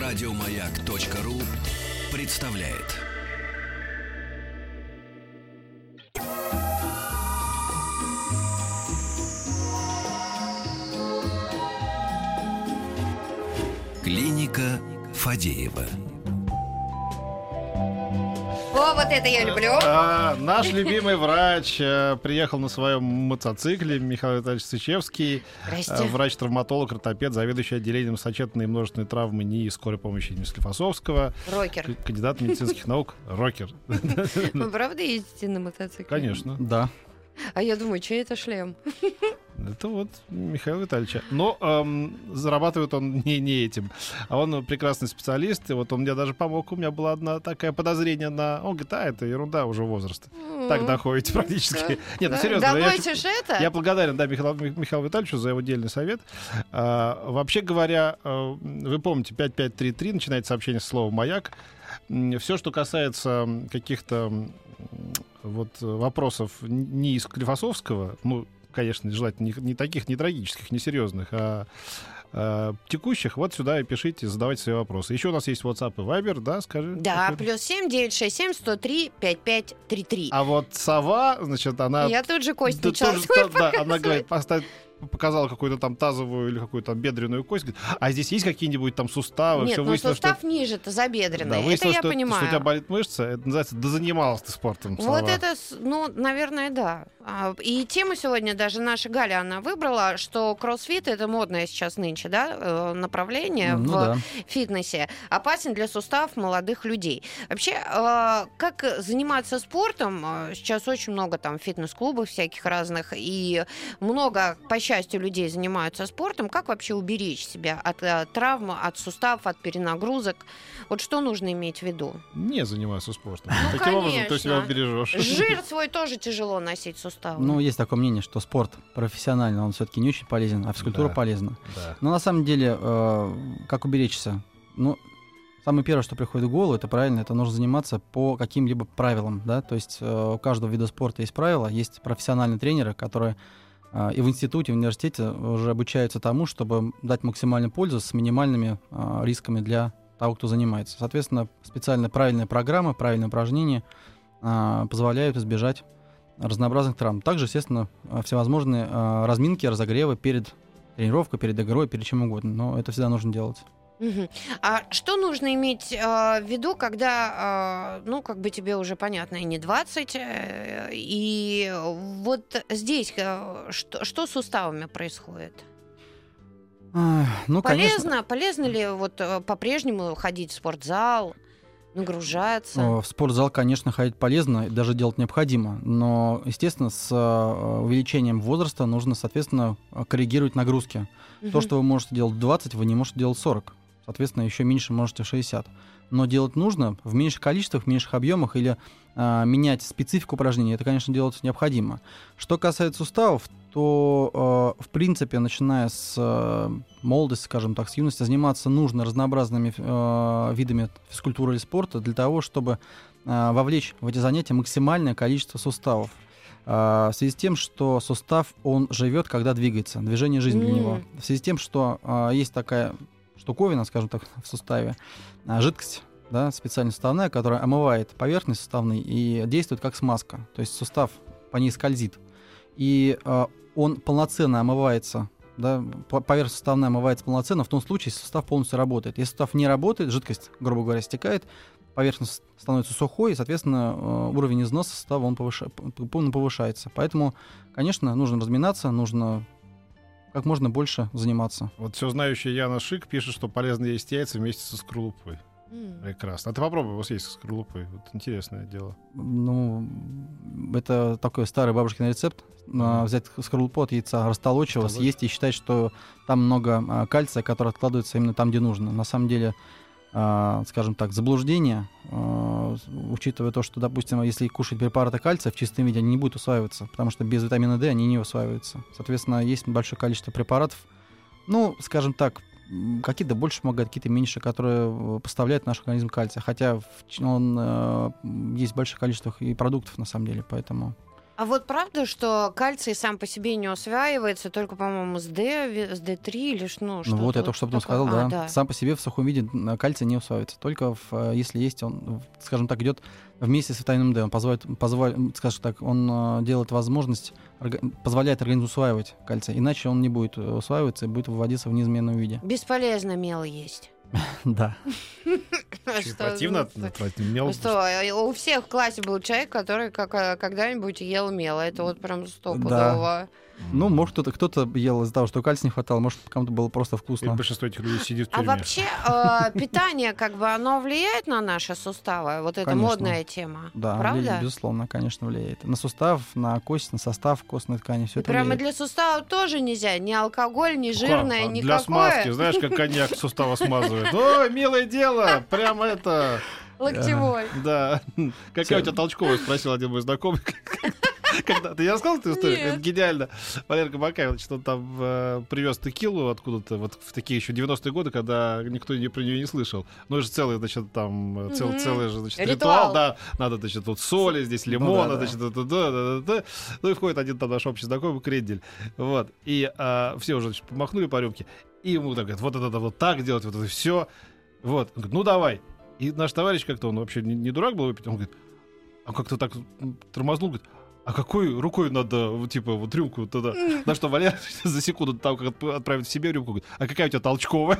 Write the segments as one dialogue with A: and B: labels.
A: Радиомаяк.ру представляет. Клиника Фадеева.
B: О, вот это я люблю.
C: Наш любимый врач приехал на своем мотоцикле, Михаил Витальевич Сычевский, врач-травматолог, ортопед, заведующий отделением сочетанной и множественной травмы НИИ и скорой помощи имени Склифосовского.
B: Рокер.
C: Кандидат медицинских наук. Рокер.
B: Вы правда ездите на мотоцикле?
C: Конечно.
D: Да.
B: А я думаю, чей это шлем?
C: Это вот Михаил Витальевич. Но зарабатывает он не этим. А он прекрасный специалист. И вот он мне даже помог. У меня была одна такая подозрение на... Он говорит, это ерунда уже возраста. Так доходите практически. Нет, ну серьезно.
B: Доносишь это?
C: Я благодарен, да, Михаилу Витальевичу за его дельный совет. Вообще говоря, вы помните, 5533 начинает сообщение с слова «Маяк». Все, что касается каких-то вот вопросов не из Склифосовского, ну, конечно, желательно не таких, не трагических, не серьезных, а текущих, вот сюда и пишите, задавайте свои вопросы. Еще у нас есть WhatsApp и Viber, да, скажи?
B: Да, +7 967 103 5533.
C: А вот сова, значит, она...
B: Я тут же кость
C: да,
B: начала
C: тоже, да, она говорит, показала какую-то там тазовую или какую-то там бедренную кость. Говорит, а здесь есть какие-нибудь там суставы?
B: Нет,
C: все
B: ну сустав
C: что...
B: ниже, это забедренный.
C: Да,
B: это я понимаю.
C: Что у тебя болит мышца, это называется «дозанималась ты спортом». Сова.
B: Вот это, ну, наверное, да. И тему сегодня даже наша Галя, она выбрала, что кроссфит — это модное сейчас нынче, да, направление в фитнесе, опасен для суставов молодых людей. Вообще, как заниматься спортом? Сейчас очень много там фитнес-клубов всяких разных, и много, по счастью, людей занимаются спортом. Как вообще уберечь себя от травм, от суставов, от перенагрузок? Вот что нужно иметь в виду?
C: Не заниматься спортом.
B: Ну,
C: таким образом ты
B: конечно.
C: себя убережешь.
B: Жир свой тоже тяжело носить суставы.
D: Ну, есть такое мнение, что спорт профессиональный, он все-таки не очень полезен, а физкультура полезна.
C: Да.
D: Но на самом деле, как уберечься? Ну, самое первое, что приходит в голову, это правильно, это нужно заниматься по каким-либо правилам, да, то есть у каждого вида спорта есть правила, есть профессиональные тренеры, которые и в институте, и в университете уже обучаются тому, чтобы дать максимальную пользу с минимальными рисками для того, кто занимается. Соответственно, специально правильные программы, правильные упражнения позволяют избежать разнообразных травм. Также, естественно, всевозможные разминки, разогревы перед тренировкой, перед игрой, перед чем угодно. Но это всегда нужно делать.
B: Угу. А что нужно иметь в виду, когда, ну, как бы тебе уже понятно, и не 20, и вот здесь что с суставами происходит?
D: Ну,
B: Полезно ли вот по-прежнему ходить в спортзал, нагружаться?
D: В спортзал, конечно, ходить полезно, даже делать необходимо. Но, естественно, с увеличением возраста нужно, соответственно, коррегировать нагрузки. То, что вы можете делать в 20, вы не можете делать в 40. Соответственно, еще меньше можете в 60. Но делать нужно в меньших количествах, в меньших объемах или менять специфику упражнений. Это, конечно, делать необходимо. Что касается суставов, то, в принципе, начиная с молодости, скажем так, с юности, заниматься нужно разнообразными видами физкультуры или спорта для того, чтобы вовлечь в эти занятия максимальное количество суставов. В связи с тем, что сустав, он живет, когда двигается, движение — жизнь для него. В связи с тем, что есть такая штуковина, скажем так, в суставе, жидкость, да, специально суставная, которая омывает поверхность суставной и действует как смазка. То есть сустав по ней скользит. И он полноценно омывается, да, поверхность суставная омывается полноценно в том случае, если сустав полностью работает. Если сустав не работает, жидкость, грубо говоря, стекает, поверхность становится сухой, и, соответственно, уровень износа сустава он повышается. Поэтому, конечно, нужно разминаться, нужно как можно больше заниматься.
C: Вот все знающий Яна Шик пишет, что полезно есть яйца вместе со скорлупой. Прекрасно. А ты попробуй его съесть со скорлупой. Вот интересное дело.
D: Ну, это такой старый бабушкин рецепт. Взять скорлупу от яйца, растолочь его, съесть и считать, что там много кальция, который откладывается именно там, где нужно. На самом деле, скажем так, заблуждение, учитывая то, что, допустим, если кушать препараты кальция в чистом виде, они не будут усваиваться, потому что без витамина D они не усваиваются. Соответственно, есть большое количество препаратов, ну, скажем так, какие-то больше помогают, какие-то меньше, которые поставляют в наш организм кальция. Хотя он есть большое количество и продуктов, на самом деле, поэтому
B: А вот правда, что кальций сам по себе не усваивается только, по-моему, с D3 или что-то?
D: Ну вот я только что потом сказал, да. Сам по себе в сухом виде кальций не усваивается. Только если есть он, скажем так, идет вместе с витамином D. Он скажем так, он делает возможность, позволяет организму усваивать кальций. Иначе он не будет усваиваться и будет выводиться в неизменном виде.
B: Бесполезно мел есть.
D: Да.
C: Противно мел.
B: Что, у всех в классе был человек, который когда-нибудь ел мел. Это вот прям стопудово.
D: Ну, может, кто-то ел из-за того, что кальция не хватало, может, кому-то было просто вкусно.
C: И большинство этих людей сидит в тюрьме.
B: А вообще питание, оно влияет на наши суставы? Вот эта модная тема.
D: Да,
B: правда?
D: Безусловно, конечно, влияет. На сустав, на кость, на состав костной ткани, все это
B: прямо
D: влияет.
B: Для суставов тоже нельзя. Ни алкоголь, ни жирное, никакое.
C: Для смазки, знаешь, как коньяк сустава смазывает. Ой, милое дело, прямо это...
B: Локтевой.
C: Да. Какая у тебя толчковая, спросил один мой знакомый. Когда-то я рассказал эту историю? Это гениально. Валерка Бакаев, значит, он там привез текилу откуда-то, вот в такие еще 90-е годы, когда никто про нее не слышал. Ну, это же целый, значит, там, целый же, значит, ритуал, да. Надо, значит, тут соли, здесь лимона, значит, да. Ну, и входит один там наш общий знакомый, Крендель. Вот. И все уже, значит, помахнули по рюмке. И ему так говорят, вот это вот так делать, вот это все. Вот. Он говорит, ну, давай. И наш товарищ как-то, он вообще не дурак был выпить, он говорит, а как-то так тормознул, говорит, а какой рукой надо, типа, вот рюмку туда? На что Валера за секунду до того, как отправить себе рюмку, говорит, а какая у тебя толчковая?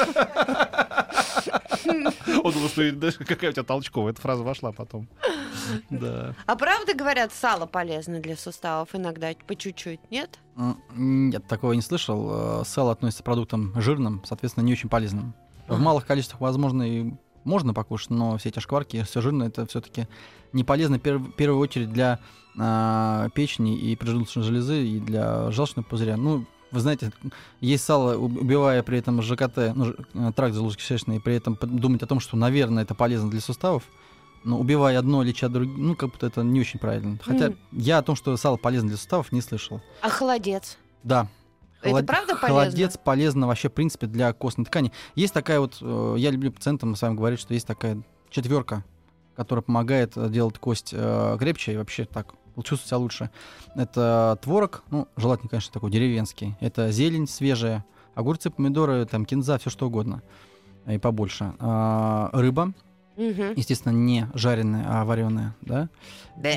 C: Он думал, что какая у тебя толчковая. Эта фраза вошла потом. Да.
B: А правда, говорят, сало полезно для суставов иногда, по чуть-чуть, нет?
D: Нет, такого не слышал. Сало относится к продуктам жирным, соответственно, не очень полезным. В малых количествах, возможно, и можно покушать, но все эти шкварки, все жирное, это все-таки не полезно в первую очередь для печени и поджелудочной железы, и для желчного пузыря. Ну, вы знаете, есть сало, убивая при этом ЖКТ, тракт желудочно-кишечный, и при этом думать о том, что, наверное, это полезно для суставов, но убивая одно, леча другое, ну, как будто это не очень правильно. Хотя я о том, что сало полезно для суставов, не слышал.
B: А холодец?
D: Да.
B: Это правда полезно?
D: Холодец полезно вообще, в принципе, для костной ткани. Есть такая вот, я люблю пациентам с вами говорить, что есть такая четверка, которая помогает делать кость крепче и вообще так чувствовать себя лучше. Это творог, ну, желательно, конечно, такой деревенский. Это зелень свежая, огурцы, помидоры, там, кинза, все что угодно. И побольше. Рыба, естественно, не жареная, а вареная, да?
B: Да.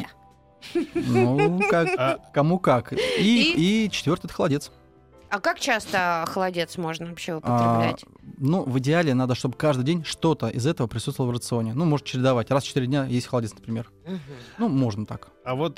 D: Ну, как, кому как. И четвертый — это холодец.
B: А как часто холодец можно вообще употреблять?
D: Ну, в идеале надо, чтобы каждый день что-то из этого присутствовало в рационе. Ну, может чередовать. Раз в 4 дня есть холодец, например. Ну, можно так.
C: А вот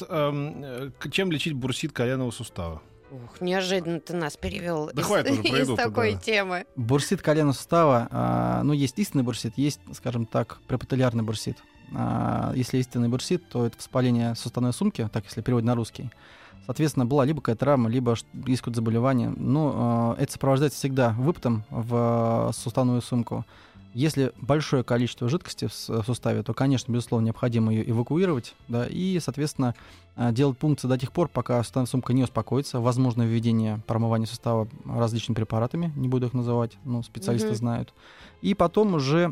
C: чем лечить бурсит коленного сустава?
B: Ух, неожиданно ты нас перевел
C: из
B: такой темы.
D: Бурсит коленного сустава, ну, есть истинный бурсит, есть, скажем так, препапитулярный бурсит. Если истинный бурсит, то это воспаление суставной сумки, так если переводить на русский. Соответственно, была либо какая-то травма, либо есть какое-то заболевание. Но это сопровождается всегда выпотом в суставную сумку. Если большое количество жидкости в суставе, то, конечно, безусловно, необходимо ее эвакуировать, да, и, соответственно, делать пункции до тех пор, пока суставная сумка не успокоится. Возможно введение промывания сустава различными препаратами, не буду их называть, но специалисты знают. И потом уже,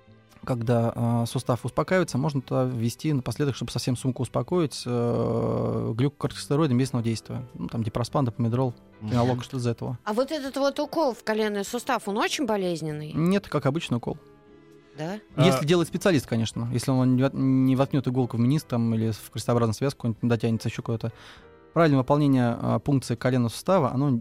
D: когда сустав успокаивается, можно туда ввести напоследок, чтобы совсем сумку успокоить, глюкокортикостероиды местного действия. Ну, там дипроспан, допомедрол, фенолог, что из этого.
B: А вот этот вот укол в коленный сустав, он очень болезненный?
D: Нет, как обычный укол.
B: Да?
D: Если делает специалист, конечно. Если он не воткнет иголку в мениск там, или в крестообразную связку, дотянется еще куда-то. Правильное выполнение пункции коленного сустава, оно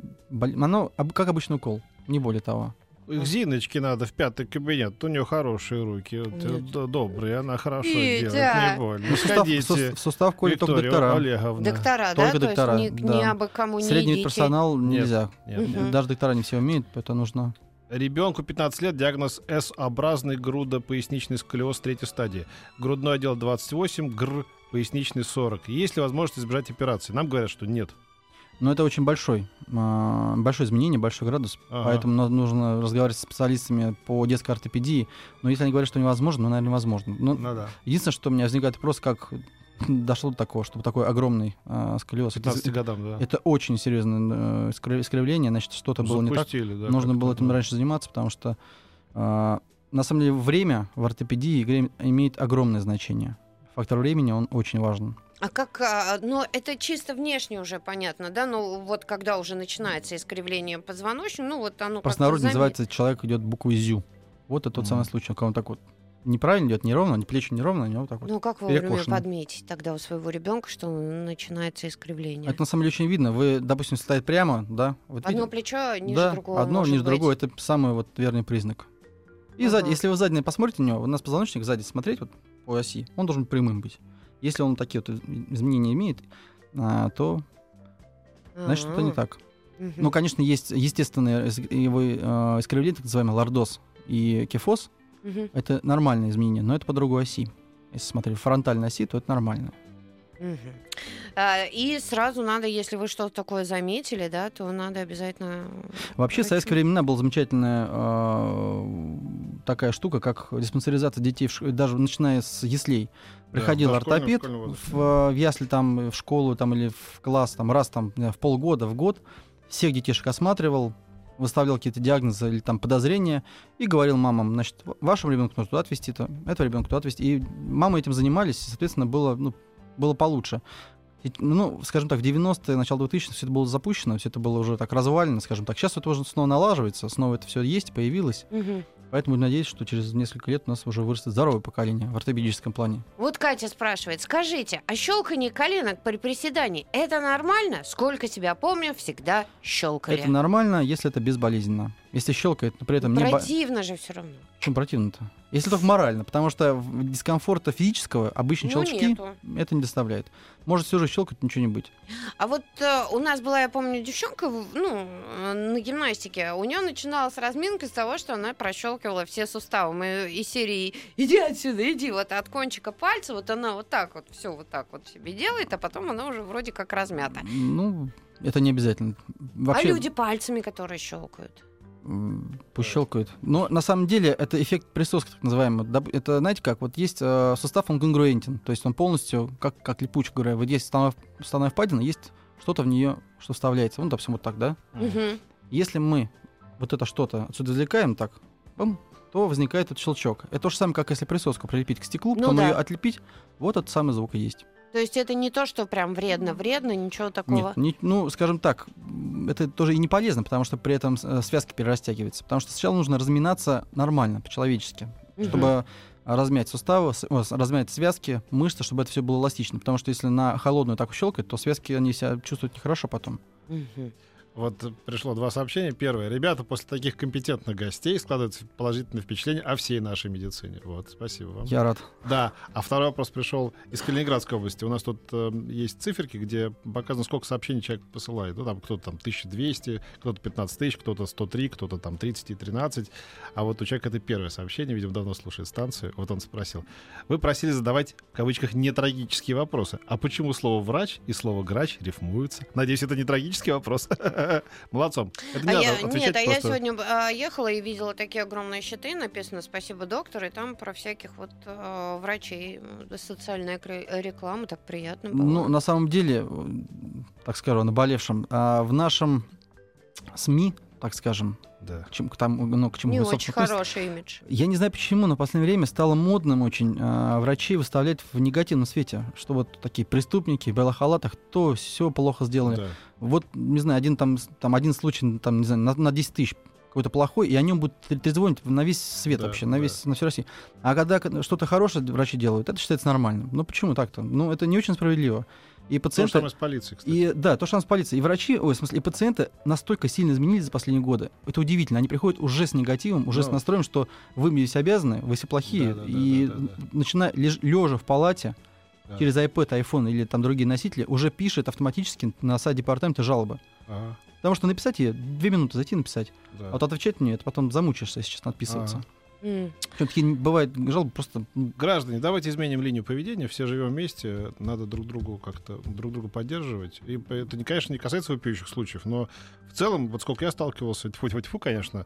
D: как обычный укол, не более того.
C: К Зиночке надо в 5-й кабинет. У нее хорошие руки, добрые, она хорошо делает, не больно.
D: В сустав колют только доктора.
C: Олеговна.
B: Доктора,
D: только
B: да?
D: доктора,
B: То есть не абы кому не
D: средний
B: идите.
D: персонал нельзя.
C: Нет.
D: Даже доктора не все умеют, поэтому нужно...
C: Ребенку 15 лет, диагноз S-образный грудопоясничный сколиоз 3-й стадии. Грудной отдел 28, ГР, поясничный 40. Есть ли возможность избежать операции? Нам говорят, что нет.
D: Но это очень большое изменение, большой градус, поэтому нужно разговаривать с специалистами по детской ортопедии. Но если они говорят, что невозможно, наверное, невозможно. Единственное, что у меня возникает вопрос, как дошло до такого, чтобы такой огромный сколиоз.
C: 15 годам, да.
D: Это очень серьезное искривление, значит, что-то было не так.
C: Да,
D: нужно было этим раньше заниматься, потому что на самом деле время в ортопедии имеет огромное значение. Фактор времени, он очень важен.
B: А как, ну, это чисто внешне уже понятно, да? Ну, вот когда уже начинается искривление позвоночника, ну, вот оно
D: в простонародье называется, человек идет буквой ЗЮ. Вот это тот самый случай, когда он так вот неправильно идет, неровно, плечи неровно, у него так вот.
B: Ну, как вовремя подметить тогда у своего ребенка, что начинается искривление?
D: Это на самом деле очень видно. Вы, допустим, стоите прямо, да? Вот
B: одно плечо ниже другого.
D: Одно ниже другого, это самый вот верный признак. И сзади, если вы сзади посмотрите на него, у нас позвоночник сзади смотреть вот по оси, он должен прямым быть. Если он такие вот изменения имеет, то значит, что-то не так. Ну, конечно, есть естественные его искривления, так называемый лордоз и кифоз. Это нормальные изменения, но это по другой оси. Если смотреть фронтальной оси, то это нормально.
B: И сразу надо, если вы что-то такое заметили, да, то надо обязательно...
D: Вообще в советские времена была замечательная такая штука, как диспансеризация детей, даже начиная с яслей. Приходил ортопед в ясли, там, в школу там, или в класс там, раз там, в полгода, в год, всех детишек осматривал, выставлял какие-то диагнозы или там подозрения и говорил мамам, значит, вашему ребенку нужно туда отвезти, этого ребенка туда отвезти. И мамы этим занимались, и, соответственно, было получше. Ну, скажем так, в 90-е, начало 2000-х все это было запущено, все это было уже так развалено, скажем так. Сейчас это уже снова налаживается, снова это все есть, появилось. Поэтому надеюсь, что через несколько лет у нас уже вырастет здоровое поколение в ортопедическом плане.
B: Вот Катя спрашивает, скажите, а щелканье коленок при приседании — это нормально? Сколько себя помню, всегда щелкали.
D: Это нормально, если это безболезненно. Если щелкает, но при этом
B: противно же все равно.
D: Почему противно-то? Если только морально, потому что дискомфорта физического обычно щелчки это не доставляет. Может все же щелкать, ничего не быть.
B: А вот у нас была, я помню, девчонка, на гимнастике. У нее начиналась разминка с того, что она прощелкивала все суставы. Мы из серии «иди отсюда, иди», вот от кончика пальца, вот она вот так вот, все вот так вот себе делает, а потом она уже вроде как размята.
D: Ну, это не обязательно. Вообще...
B: А люди пальцами, которые щелкают?
D: Пусть щелкают. Но на самом деле это эффект присоски, так называемый. Это, знаете как, вот есть сустав, он конгруентен, то есть он полностью, как липучка, говоря, вот есть суставная впадина, есть что-то в нее, что вставляется. Ну, допустим, вот так, да? Если мы вот это что-то отсюда извлекаем так, то возникает этот щелчок. Это то же самое, как если присоску прилепить к стеклу, потом ее отлепить, вот этот самый звук и есть.
B: То есть это не то, что прям вредно, ничего такого?
D: Нет, ну, скажем так, это тоже и не полезно, потому что при этом связки перерастягиваются. Потому что сначала нужно разминаться нормально, по-человечески, чтобы размять суставы, размять связки, мышцы, чтобы это все было эластично. Потому что если на холодную так щелкать, то связки, они себя чувствуют нехорошо потом.
C: Вот пришло 2 сообщения. Первое. Ребята, после таких компетентных гостей складывается положительное впечатление о всей нашей медицине. Вот, спасибо вам.
D: Я рад.
C: Да. А второй вопрос пришел из Калининградской области. У нас тут есть циферки, где показано, сколько сообщений человек посылает. Ну, там кто-то там 1200, кто-то 15 тысяч, кто-то 103, кто-то там 30 и 13. А вот у человека это первое сообщение, видимо, давно слушает станцию. Вот он спросил. Вы просили задавать, в кавычках, не трагические вопросы. А почему слово «врач» и слово «грач» рифмуются? Надеюсь, это не трагический вопрос. Молодцом. Это не надо отвечать
B: я сегодня ехала и видела такие огромные щиты, написано «Спасибо, доктор», и там про всяких вот врачей, социальная реклама, так приятно было.
D: Ну, на самом деле, так скажем, наболевшем, в нашем СМИ, так скажем,
C: да.
D: к чему
B: не
D: мы,
B: очень хороший имидж.
D: Я не знаю почему, но в последнее время стало модным очень врачей выставлять в негативном свете, что вот такие преступники в белых халатах, то все плохо сделали.
C: Да.
D: Вот, не знаю, один случай, там, не знаю, на 10 тысяч какой-то плохой, и о нем будут трезвонить на весь свет вообще, на всю Россию. А когда что-то хорошее врачи делают, это считается нормальным. Ну почему так-то? Ну это не очень справедливо. И пациенты...
C: То же самое с полицией, кстати.
D: Да, то же самое с полицией. И врачи, и пациенты настолько сильно изменились за последние годы. Это удивительно. Они приходят уже с негативом, уже с настроем, что вы мне здесь обязаны, вы все плохие. Начиная лежа в палате, через iPad, iPhone или там другие носители, уже пишет автоматически на сайт департамента жалобы. Потому что написать ей 2 минуты, зайти написать. Да. А вот отвечать мне, это потом замучишься, если честно, отписываться. Все-таки бывает жалобы просто...
C: Граждане, давайте изменим линию поведения, все живем вместе, надо друг друга поддерживать. И это, конечно, не касается вопиющих случаев, но в целом, вот сколько я сталкивался, тьфу-тьфу, конечно,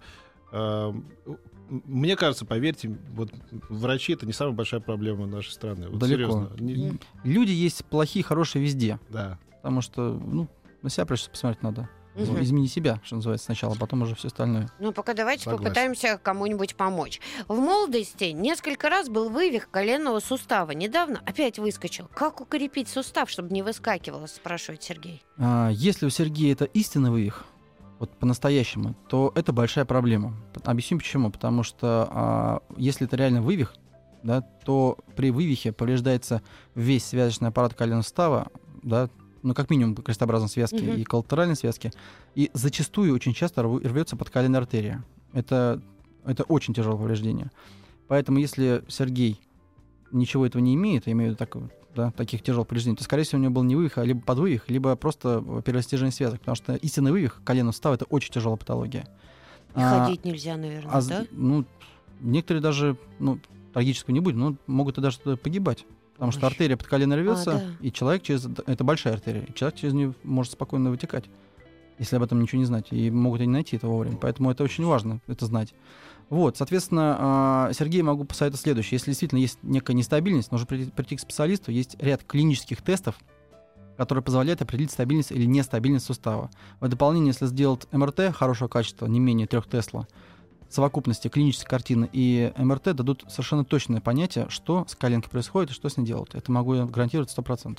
C: мне кажется, поверьте, вот врачи — это не самая большая проблема нашей страны. Вот
D: далеко. Люди есть плохие, хорошие везде.
C: Да.
D: Потому что, на себя прежде всего посмотреть надо. Измени себя, что называется, сначала, а потом уже все остальное.
B: Ну, пока давайте попытаемся кому-нибудь помочь. В молодости несколько раз был вывих коленного сустава. Недавно опять выскочил. Как укрепить сустав, чтобы не выскакивало, спрашивает Сергей.
D: Если у Сергея это истинный вывих, вот по-настоящему, то это большая проблема. Объясню почему. Потому что если это реально вывих, да, то при вывихе повреждается весь связочный аппарат коленного сустава, да, ну, как минимум крестообразной связки и коллатеральной связки, и зачастую очень часто рвется подколенная артерия. Это очень тяжелое повреждение. Поэтому если Сергей ничего этого не имеет, я имею в виду таких тяжелых повреждений, то, скорее всего, у него был не вывих, а либо подвывих, либо просто перерастяжение связок, потому что истинный вывих коленного сустава — это очень тяжелая патология.
B: И ходить нельзя, наверное, да?
D: Ну, некоторые даже, трагического не будет, но могут и даже погибать. Потому что артерия подколенная рвется, и человек это большая артерия, и человек через нее может спокойно вытекать, если об этом ничего не знать. И могут и не найти это вовремя. Поэтому это очень важно, это знать. Вот, соответственно, Сергею могу посоветовать следующее. Если действительно есть некая нестабильность, нужно прийти к специалисту. Есть ряд клинических тестов, которые позволяют определить стабильность или нестабильность сустава. В дополнение, если сделать МРТ хорошего качества, не менее 3 Тесла, совокупности клинической картины и МРТ дадут совершенно точное понятие, что с коленкой происходит и что с ней делать. Это могу гарантировать 100%.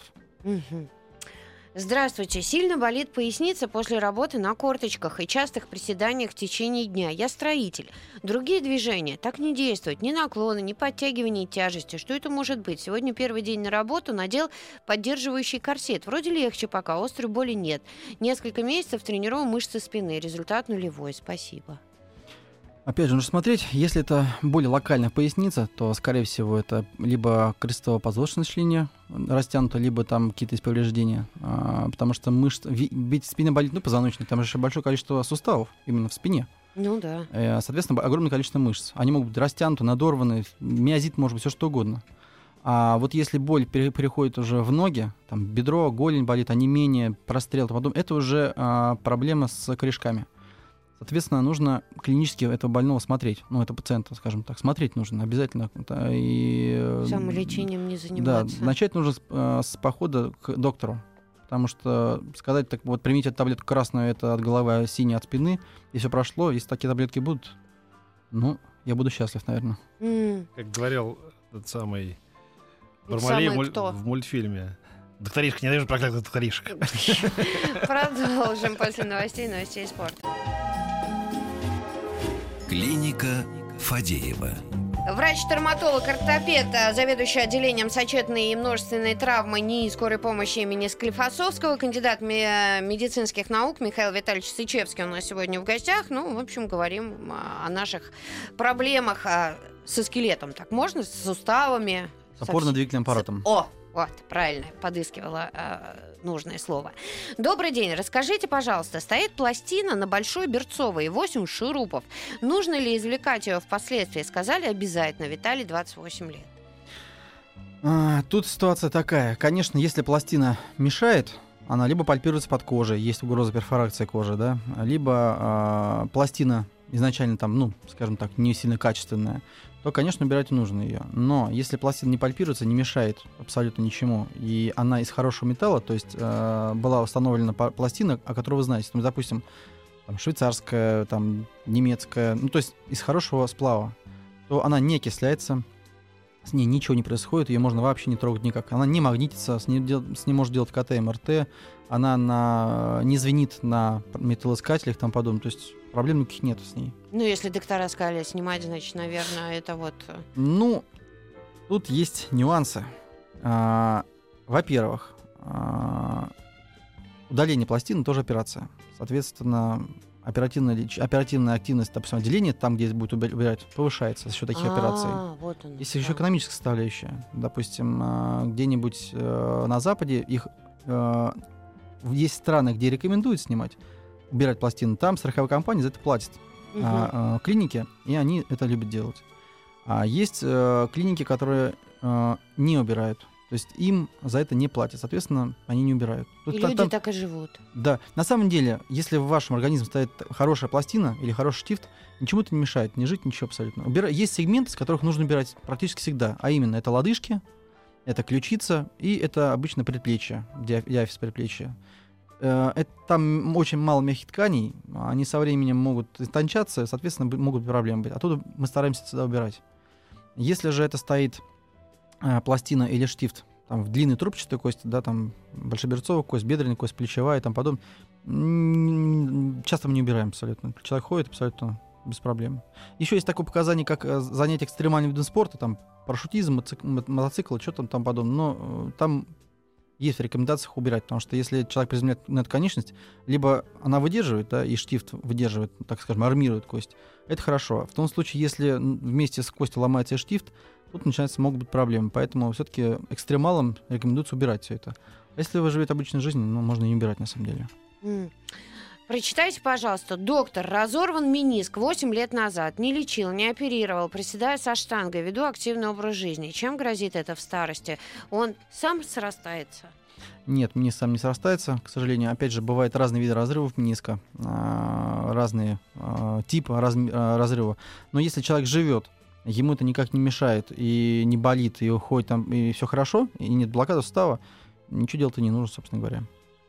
B: Здравствуйте. Сильно болит поясница после работы на корточках и частых приседаниях в течение дня. Я строитель. Другие движения так не действуют. Ни наклоны, ни подтягивания тяжести. Что это может быть? Сегодня первый день на работу, надел поддерживающий корсет. Вроде легче пока, острой боли нет. Несколько месяцев тренирую мышцы спины. Результат нулевой. Спасибо.
D: Опять же, нужно смотреть, если это более локальная поясница, то, скорее всего, это либо крестово-подвздошная линия растянута, либо там какие-то есть повреждения, потому что мышцы, ведь спина болит, позвоночник, там же большое количество суставов именно в спине.
B: Ну да.
D: Соответственно, огромное количество мышц. Они могут быть растянуты, надорваны, миозит, может быть, все что угодно. А вот если боль переходит уже в ноги, там бедро, голень болит, онемение, прострел, потом это уже проблема с корешками. Соответственно, нужно клинически этого больного смотреть. Этого пациента, скажем так, смотреть нужно обязательно. И,
B: самолечением не заниматься.
D: Да, начать нужно с похода к доктору. Потому что сказать, так вот, примите эту таблетку красную, это от головы, а синюю от спины, и все прошло, если такие таблетки будут, я буду счастлив, наверное.
C: Как говорил тот самый Бармалей в мультфильме. Докторишка, не ненавижу проклятых докторишек.
B: Продолжим после новостей спорта.
A: Клиника Фадеева.
B: Врач-травматолог-ортопед, заведующий отделением сочетанной и множественной травмы НИИ скорой помощи имени Склифосовского, кандидат медицинских наук Михаил Витальевич Сычевский у нас сегодня в гостях. В общем, говорим о наших проблемах со скелетом. Так можно? С суставами?
D: С опорно-двигательным аппаратом.
B: Вот, правильно, подыскивала нужное слово. Добрый день. Расскажите, пожалуйста, стоит пластина на большой берцовой, 8 шурупов. Нужно ли извлекать ее впоследствии? Сказали обязательно. Виталий, 28 лет.
D: Тут ситуация такая. Конечно, если пластина мешает, она либо пальпируется под кожей, есть угроза перфорации кожи, да, либо пластина изначально там, скажем так, не сильно качественная, то, конечно, убирать нужно ее. Но если пластина не пальпируется, не мешает абсолютно ничему, и она из хорошего металла, то есть была установлена пластина, о которой вы знаете, допустим, там, швейцарская, там, немецкая, то есть из хорошего сплава, то она не окисляется, с ней ничего не происходит, ее можно вообще не трогать никак. Она не магнитится, с ней можно делать КТ, МРТ, она не звенит на металлоискателях и тому подобное. То есть проблем никаких нет с ней.
B: Если доктора сказали снимать, значит, наверное, это вот...
D: Тут есть нюансы. Во-первых, удаление пластины тоже операция. Соответственно, оперативная активность, допустим, отделения, там, где будет убирать, повышается за счет таких операций.
B: Вот он,
D: есть еще экономическая составляющая. Допустим, где-нибудь на Западе есть страны, где рекомендуют снимать, убирать пластины. Там страховая компания за это платит. Клиники, и они это любят делать. А есть клиники, которые не убирают. То есть им за это не платят, соответственно, они не убирают.
B: И люди так и живут.
D: Да. На самом деле, если в вашем организме стоит хорошая пластина или хороший штифт, ничему это не мешает, не жить, ничего абсолютно. Есть сегменты, с которых нужно убирать практически всегда, а именно это лодыжки, это ключица и это обычно предплечье, диафиз предплечья. Там очень мало мягких тканей, они со временем могут истончаться, соответственно, могут проблемы быть. Оттуда мы стараемся всегда убирать. Если же это стоит пластина или штифт там, в длинной трубчатой кости, да, там большеберцовая кость, бедренная кость, плечевая и тому подобное, часто мы не убираем абсолютно. Человек ходит абсолютно без проблем. Еще есть такое показание, как занятие экстремальным видом спорта, там парашютизм, мотоцикл, что там подобное, но там есть в рекомендациях убирать, потому что если человек приземляет на эту конечность, либо она выдерживает, да, и штифт выдерживает, так скажем, армирует кость, это хорошо. В том случае, если вместе с костью ломается и штифт, тут могут быть проблемы. Поэтому все-таки экстремалам рекомендуется убирать все это. А если вы живете обычной жизнью, можно и не убирать на самом деле.
B: Прочитайте, пожалуйста. Доктор, разорван мениск 8 лет назад. Не лечил, не оперировал. Приседаю со штангой. Веду активный образ жизни. Чем грозит это в старости? Он сам срастается?
D: Нет, мениск сам не срастается, к сожалению. Опять же, бывают разные виды разрывов мениска, разные типы разрыва. Но если человек живет, ему это никак не мешает, и не болит, и уходит там, и все хорошо, и нет блокады сустава, ничего делать-то не нужно, собственно говоря.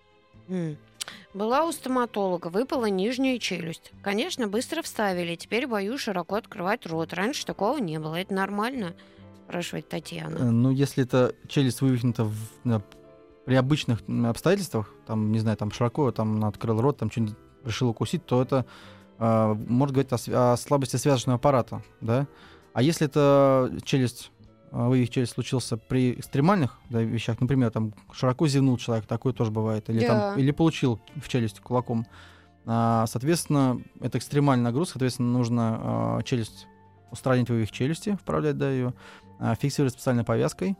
B: Была у стоматолога, выпала нижняя челюсть. Конечно, быстро вставили, теперь боюсь широко открывать рот. Раньше такого не было. Это нормально? Спрашивает Татьяна.
D: Ну, если это челюсть вывихнута при обычных обстоятельствах, там, не знаю, там широко там открыл рот, там что-нибудь решил укусить, то это может говорить о слабости связочного аппарата, да? А если это вывих челюсти случился при экстремальных вещах, например, там широко зевнул человек, такое тоже бывает, или получил в челюсть кулаком, соответственно, это экстремальная нагрузка, соответственно, нужно челюсть устранить вывих челюсти, вправлять, да, ее, фиксировать специальной повязкой.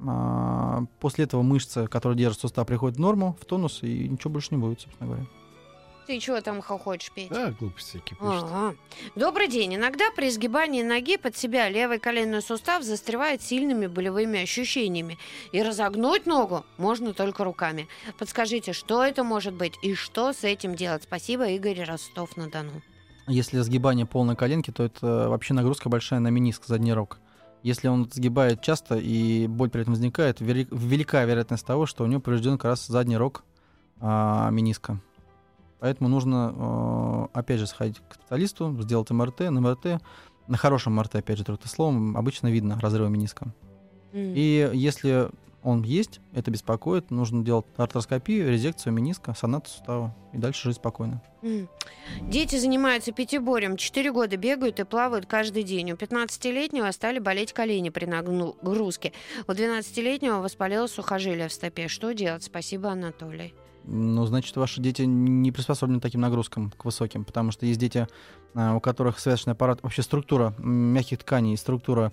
D: После этого мышца, которая держит сустав, приходит в норму, в тонус, и ничего больше не будет, собственно говоря.
B: Ты чего там хохочешь, Петя?
C: Да, глупости всякие пишут.
B: Добрый день. Иногда при сгибании ноги под себя левый коленный сустав застревает сильными болевыми ощущениями. И разогнуть ногу можно только руками. Подскажите, что это может быть и что с этим делать? Спасибо, Игорь, Ростов-на-Дону.
D: Если сгибание полной коленки, то это вообще нагрузка большая на мениск, задний рог. Если он сгибает часто и боль при этом возникает, велика вероятность того, что у него поврежден как раз задний рог мениска. Поэтому нужно, опять же, сходить к специалисту, сделать МРТ. На МРТ, на хорошем МРТ, опять же, трехтословом, обычно видно разрывы мениска. И если он есть, это беспокоит, нужно делать артроскопию, резекцию мениска, сонату сустава, и дальше жить спокойно.
B: Дети занимаются пятиборьем, 4 года бегают и плавают каждый день. У 15-летнего стали болеть колени при нагрузке. У 12-летнего воспалилось сухожилие в стопе. Что делать? Спасибо, Анатолий.
D: Ну, значит, ваши дети не приспособлены к таким нагрузкам, к высоким, потому что есть дети, у которых связочный аппарат, вообще структура мягких тканей, структура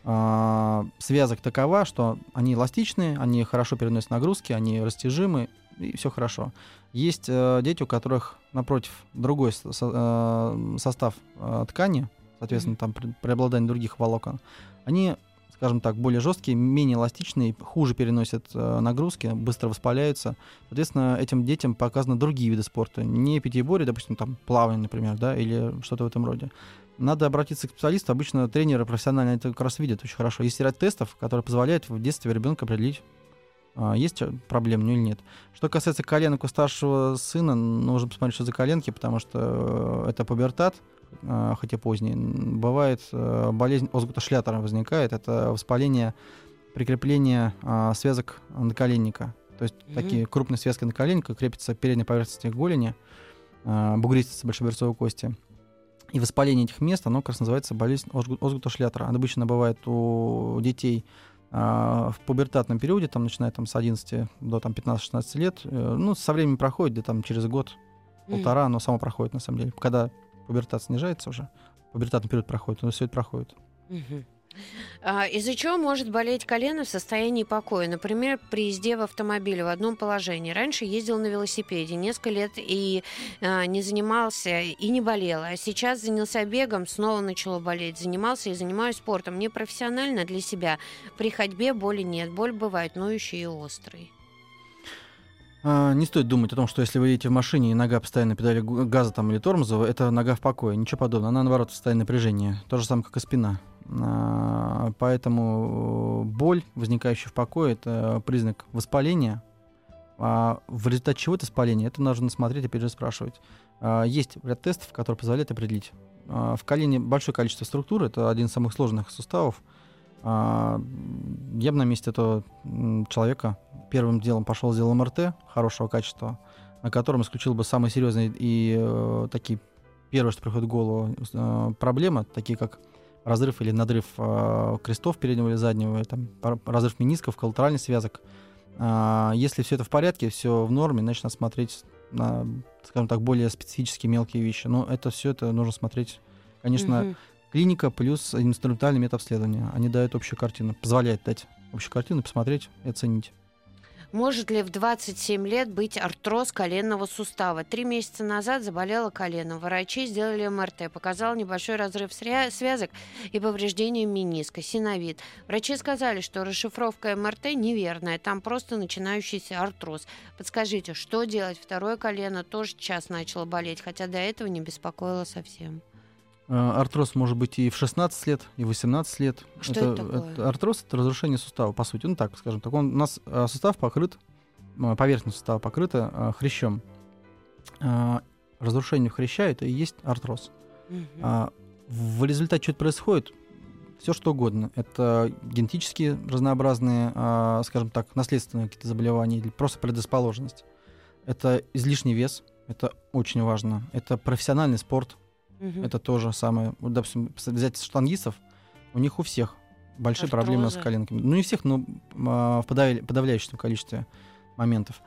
D: связок такова, что они эластичные, они хорошо переносят нагрузки, они растяжимы, и все хорошо. Есть дети, у которых, напротив, другой состав ткани, соответственно, там преобладание других волокон, они, скажем так, более жесткие, менее эластичные, хуже переносят нагрузки, быстро воспаляются. Соответственно, этим детям показаны другие виды спорта. Не пятиборье, допустим, там плавание, например, да, или что-то в этом роде. Надо обратиться к специалисту. Обычно тренеры профессионально это как раз видят очень хорошо. Есть ряд тестов, которые позволяют в детстве ребенка определить, есть проблема или нет. Что касается коленок у старшего сына, нужно посмотреть, что за коленки, потому что это пубертат, хотя поздний. Бывает болезнь Озгута Шлятера возникает. Это воспаление прикрепления связок наколенника. То есть такие крупные связки наколенника крепятся к передней поверхности голени, бугристицы большеберцовой кости. И воспаление этих мест, оно как раз называется болезнь Озгута Шлятера. Она обычно бывает у детей в пубертатном периоде, там, начиная там, с 11 до там, 15-16 лет. Ну, со временем проходит, где там через год-полтора оно само проходит, на самом деле. Когда пубертат снижается уже, пубертатный период проходит, но все это проходит.
B: Из-за чего может болеть колено в состоянии покоя? Например, при езде в автомобиле в одном положении. Раньше ездил на велосипеде несколько лет и не занимался, и не болела. А сейчас занялся бегом, снова начало болеть. Занимался и занимаюсь спортом. Не профессионально, для себя. При ходьбе боли нет. Боль бывает ноющей и острой.
D: Не стоит думать о том, что если вы едете в машине и нога постоянно на педали газа там, или тормоза, это нога в покое. Ничего подобного. Она, наоборот, в состоянии напряжения. То же самое, как и спина. Поэтому боль, возникающая в покое, это признак воспаления. В результате чего это воспаление, это нужно смотреть, опять же, спрашивать. Есть ряд тестов, которые позволяют определить. В колене большое количество структур, это один из самых сложных суставов. Я бы на месте этого человека первым делом пошел, сделал МРТ хорошего качества, на котором исключил бы самые серьезные и такие, первое, что приходит в голову, проблемы, такие как разрыв или надрыв крестов переднего или заднего, там, разрыв менисков, коллатеральных связок. Если все это в порядке, все в норме, значит, надо смотреть на, скажем так, более специфические мелкие вещи. Но это все это нужно смотреть, конечно, клиника плюс инструментальный метод обследования. Они дают общую картину, позволяют дать общую картину, посмотреть и оценить.
B: Может ли в 27 лет быть артроз коленного сустава? 3 месяца назад заболело колено. Врачи сделали МРТ. Показал небольшой разрыв связок и повреждение мениска, синовит. Врачи сказали, что расшифровка МРТ неверная. Там просто начинающийся артроз. Подскажите, что делать? Второе колено тоже сейчас начало болеть, хотя до этого не беспокоило совсем.
D: Артроз может быть и в 16 лет, и в 18 лет.
B: Что это такое?
D: Артроз — это разрушение сустава, по сути. Ну так, скажем так. У нас сустав покрыт, поверхность сустава покрыта хрящом. Разрушение хряща — это и есть артроз. В результате что-то происходит, все что угодно. Это генетически разнообразные, скажем так, наследственные какие-то заболевания или просто предрасположенность. Это излишний вес, это очень важно. Это профессиональный спорт. Это то же самое. Вот, допустим, взять штангистов, у них у всех большие проблемы с коленками. Ну, не всех, но в подавляющем количестве моментов.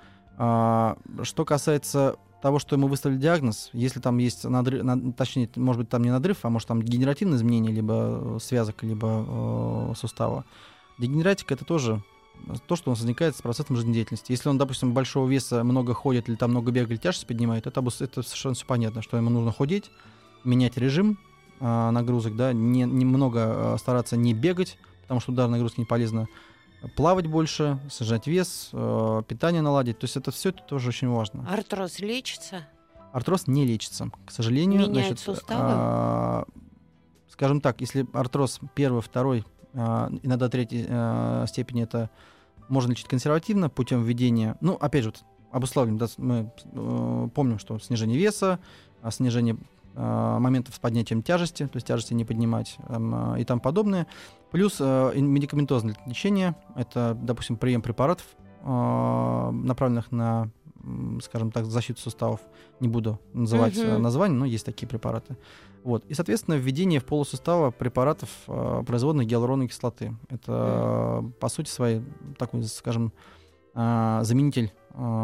D: Что касается того, что ему выставили диагноз, если там есть надрыв, точнее, может быть, там не надрыв, а может, там дегенеративное изменение либо связок, либо сустава. Дегенератика — это тоже то, что у нас возникает с процессом жизнедеятельности. Если он, допустим, большого веса, много ходит, или там много бегает, тяжесть поднимает, это совершенно все понятно, что ему нужно худеть, менять режим нагрузок, да, немного стараться не бегать, потому что удар нагрузки не полезно, плавать больше, снижать вес, питание наладить. То есть это все тоже очень важно.
B: Артроз лечится?
D: Артроз не лечится, к сожалению.
B: Меняет суставы?
D: Скажем так, если артроз первый, второй, иногда третьей степени, это можно лечить консервативно путем введения. Ну, опять же, вот, обуславливаем, да, мы помним, что снижение веса, снижение моментов с поднятием тяжести, то есть тяжести не поднимать и тому подобное. Плюс медикаментозное лечение, это, допустим, прием препаратов, направленных на, скажем так, защиту суставов. Не буду называть название, но есть такие препараты. Вот. И, соответственно, введение в полусустава препаратов производных гиалуроновой кислоты. Это, по сути своей, такой, скажем, заменитель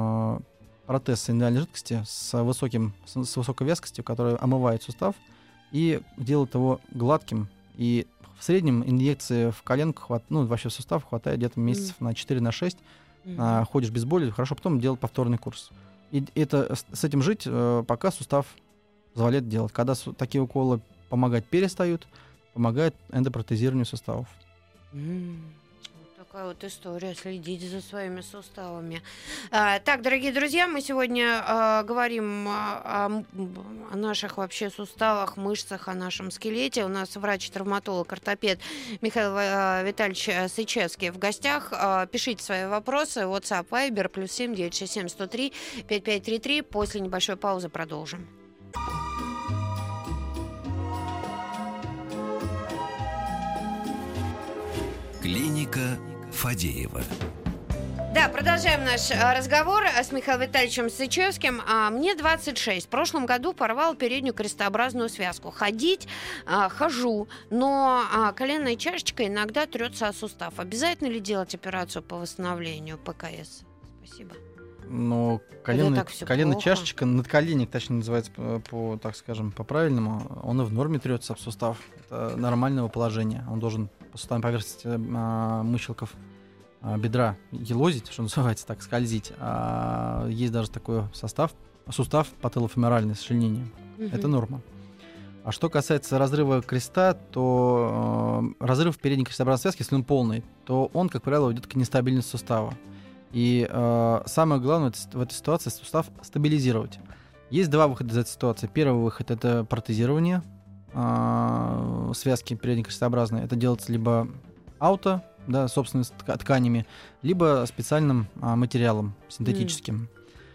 D: протез синовиальной жидкости с высокой вязкостью, которая омывает сустав и делает его гладким. И в среднем инъекции в коленку, вообще в сустав хватает где-то месяцев на 4-6. Ходишь без боли, хорошо, потом делать повторный курс. И с этим жить, пока сустав позволяет делать. Когда такие уколы помогать перестают, помогает эндопротезированию суставов.
B: Такая вот история, следите за своими суставами. Так, дорогие друзья, мы сегодня говорим о наших вообще суставах, мышцах, о нашем скелете. У нас врач-травматолог, ортопед Михаил Витальевич Сычевский в гостях. Пишите свои вопросы. WhatsApp, Viber, +7 967 103 5533. После небольшой паузы продолжим.
A: Клиника Фадеева.
B: Да, продолжаем наш разговор с Михаилом Витальевичем Сычевским. Мне 26. В прошлом году порвал переднюю крестообразную связку. Ходить хожу, но коленная чашечка иногда трется о сустав. Обязательно ли делать операцию по восстановлению ПКС? Спасибо.
D: Но коленная чашечка, надколенник, точнее называется так скажем, по-правильному, он и в норме трется об сустав. Это нормального положения. Он должен по суставной поверхности мыщелков бедра елозить, что называется, так, скользить. Есть даже такой сустав пателлофеморальное сочленение. Это норма. А что касается разрыва креста, то разрыв передней крестообразной связки, если он полный, то он, как правило, ведет к нестабильности сустава. И самое главное в этой ситуации сустав стабилизировать. Есть два выхода из этой ситуации. Первый выход — это протезирование связки передней крестообразной. Это делается либо да, собственными тканями, либо специальным материалом синтетическим.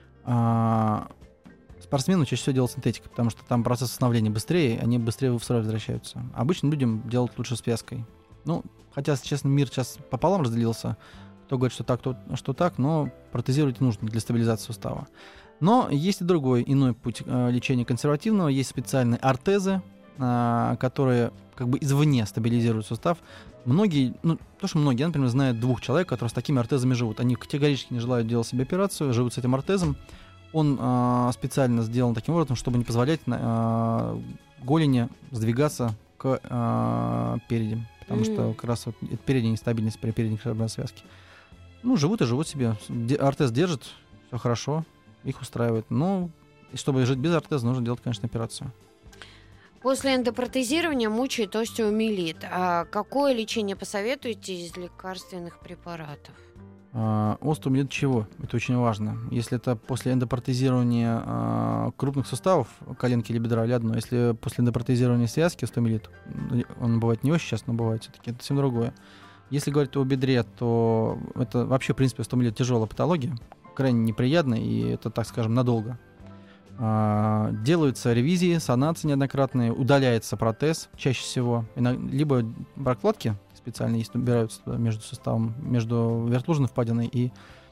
D: Спортсмену чаще всего делают синтетика, потому что там процесс восстановления быстрее, они быстрее в строй возвращаются. Обычным людям делать лучше с связкой. Ну, хотя, честно, мир сейчас пополам разделился. Кто говорит, что так, то что так, но протезировать нужно для стабилизации сустава. Но есть и другой, иной путь лечения консервативного. Есть специальные ортезы, которые как бы извне стабилизируют сустав. Многие, ну, то, что многие, я, например, знаю 2 человек, которые с такими ортезами живут. Они категорически не желают делать себе операцию, живут с этим ортезом. Он специально сделан таким образом, чтобы не позволять голени сдвигаться к переди. Потому что как раз вот это передняя нестабильность при передней хребетной связке. Ну, живут и живут себе. Ортез держит, все хорошо, их устраивает. Но чтобы жить без ортеза, нужно делать, конечно, операцию.
B: После эндопротезирования мучает остеомиелит. А какое лечение посоветуете из лекарственных препаратов?
D: Остеомиелит чего? Это очень важно. Если это после эндопротезирования крупных суставов, коленки или бедра, или одно. Если после эндопротезирования связки остеомиелит, он бывает не очень часто, но бывает все-таки, это совсем другое. Если говорить о бедре, то это вообще, в принципе, остеомиелит тяжелая патология, крайне неприятная, и это, так скажем, надолго. Делаются ревизии, санации неоднократные, удаляется протез чаще всего, либо прокладки специально есть, убираются между суставом, между вертлужной впадиной и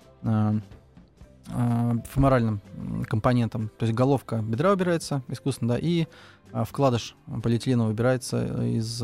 D: феморальным компонентом. То есть головка бедра убирается искусственно, да, и вкладыш полиэтиленовый убирается из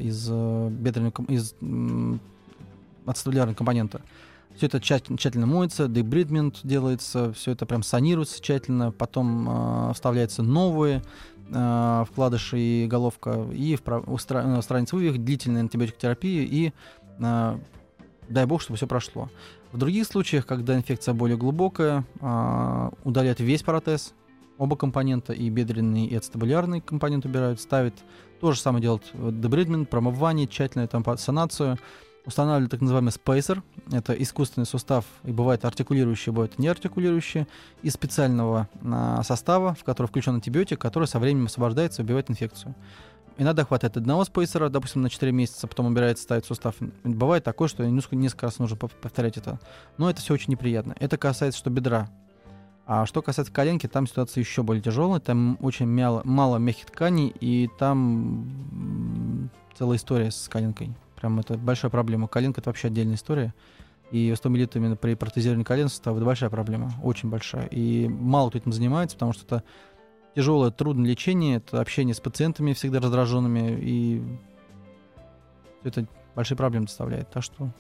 D: ацетабулярного компонента. Все это тщательно моется, дебридмент делается, все это прям санируется тщательно, потом вставляются новые вкладыши и головка, и устраивается вывих, длительная антибиотикотерапия, и дай бог, чтобы все прошло. В других случаях, когда инфекция более глубокая, удаляют весь протез, оба компонента, и бедренный, и ацетабулярный компонент убирают, ставят. То же самое делают дебридмент, промывание, тщательную там санацию. Устанавливали так называемый спейсер. Это искусственный сустав, и бывает артикулирующий, бывает неартикулирующий, из специального состава, в который включен антибиотик, который со временем освобождается и убивает инфекцию. Иногда хватает одного спейсера, допустим, на 4 месяца, потом убирается, ставит сустав. Бывает такое, что несколько раз нужно повторять это. Но это все очень неприятно. Это касается что бедра. А что касается коленки, там ситуация еще более тяжелая. Там очень мало мягких тканей, и там целая история с коленкой. Прям это большая проблема. Коленка — это вообще отдельная история. И остеомиелит именно при протезировании колен сустава — это большая проблема, очень большая. И мало кто этим занимается, потому что это тяжелое, трудное лечение, это общение с пациентами всегда раздраженными, и это большие проблемы доставляет. Так что...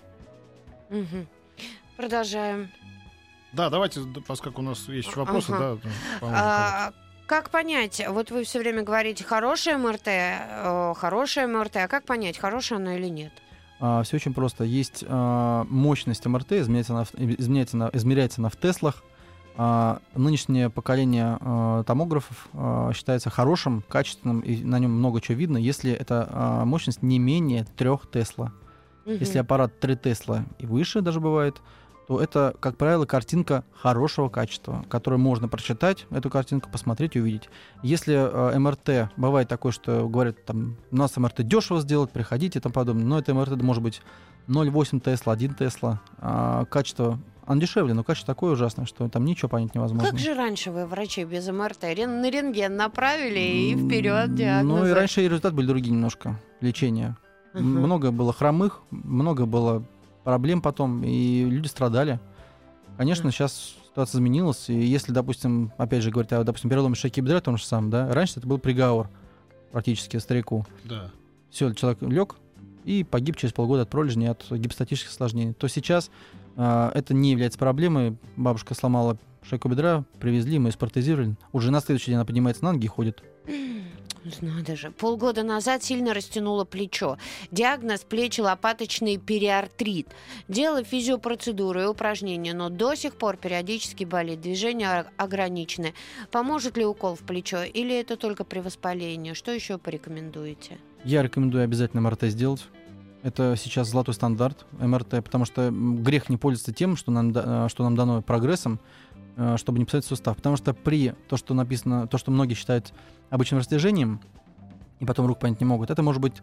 B: Продолжаем.
C: Да, давайте, поскольку у нас есть вопросы, да.
B: Как понять, вот вы все время говорите хорошее МРТ, а как понять, хорошее оно или нет?
D: Все очень просто. Есть мощность МРТ, измеряется она в Теслах. Нынешнее поколение томографов считается хорошим, качественным, и на нем много чего видно, если эта мощность не менее 3 Тесла. Если аппарат 3 Тесла и выше даже бывает, то это, как правило, картинка хорошего качества, которую можно прочитать, эту картинку, посмотреть и увидеть. Если МРТ, бывает такое, что говорят, там, у нас МРТ дешево сделать, приходите и тому подобное, но это МРТ может быть 0,8 Тесла, 1 Тесла. Качество, оно дешевле, но качество такое ужасное, что там ничего понять невозможно.
B: Как же раньше вы, врачи, без МРТ, на рентген направили и вперед диагнозы?
D: Ну и раньше результаты были другие немножко, лечения. Много было хромых, много было проблем потом, и люди страдали. Конечно, сейчас ситуация изменилась, и если, допустим, опять же говорить о, допустим, переломе шейки бедра, том же самом, да, раньше это был приговор практически старику.
C: Да.
D: Все, человек лег и погиб через полгода от пролежней, от гипостатических осложнений. То сейчас это не является проблемой. Бабушка сломала шейку бедра, привезли, мы ее спротезировали. Уже на следующий день она поднимается на ноги и ходит.
B: Надо же. Полгода назад сильно растянуло плечо. Диагноз плечи-лопаточный периартрит. Делала физиопроцедуры и упражнения, но до сих пор периодически болит. Движения ограничены. Поможет ли укол в плечо или это только при воспалении? Что еще порекомендуете?
D: Я рекомендую обязательно МРТ сделать. Это сейчас золотой стандарт МРТ, потому что грех не пользоваться тем, что нам дано прогрессом, чтобы не писать сустав. Потому что при то, что написано, то, что многие считают обычным растяжением, и потом рук понять не могут, это может быть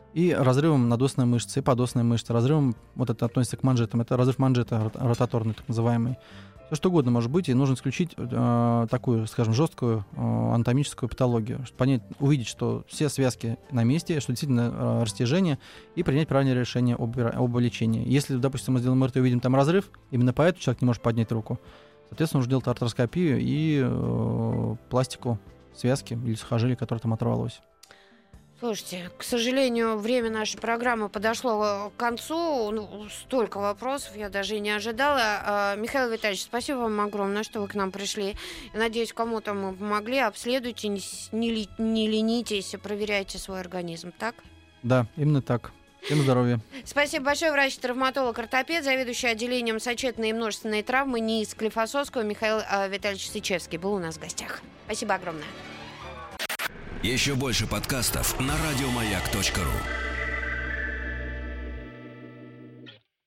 D: и разрывом надосной мышцы и подосной мышцы, разрывом, вот это относится к манжетам, это разрыв манжета ротаторный, так называемый. Все что угодно может быть, и нужно исключить такую, скажем, жесткую анатомическую патологию, чтобы понять, увидеть, что все связки на месте, что действительно растяжение, и принять правильное решение об лечении. Если, допустим, мы сделаем МРТ и увидим там разрыв, именно поэтому человек не может поднять руку, соответственно, нужно делать артроскопию и пластику связки или сухожилия, которое там оторвалось.
B: Слушайте, к сожалению, время нашей программы подошло к концу. Столько вопросов я даже и не ожидала. Михаил Витальевич, спасибо вам огромное, что вы к нам пришли. Я надеюсь, кому-то мы помогли. Обследуйте, не ленитесь, проверяйте свой организм, так?
D: Да, именно так. Всем здоровья.
B: Спасибо большое. Врач-травматолог-ортопед, заведующий отделением сочетанной и множественной травмы НИИ Склифосовского Михаил Витальевич Сычевский был у нас в гостях. Спасибо огромное.
A: Еще больше подкастов на радиомаяк.ру.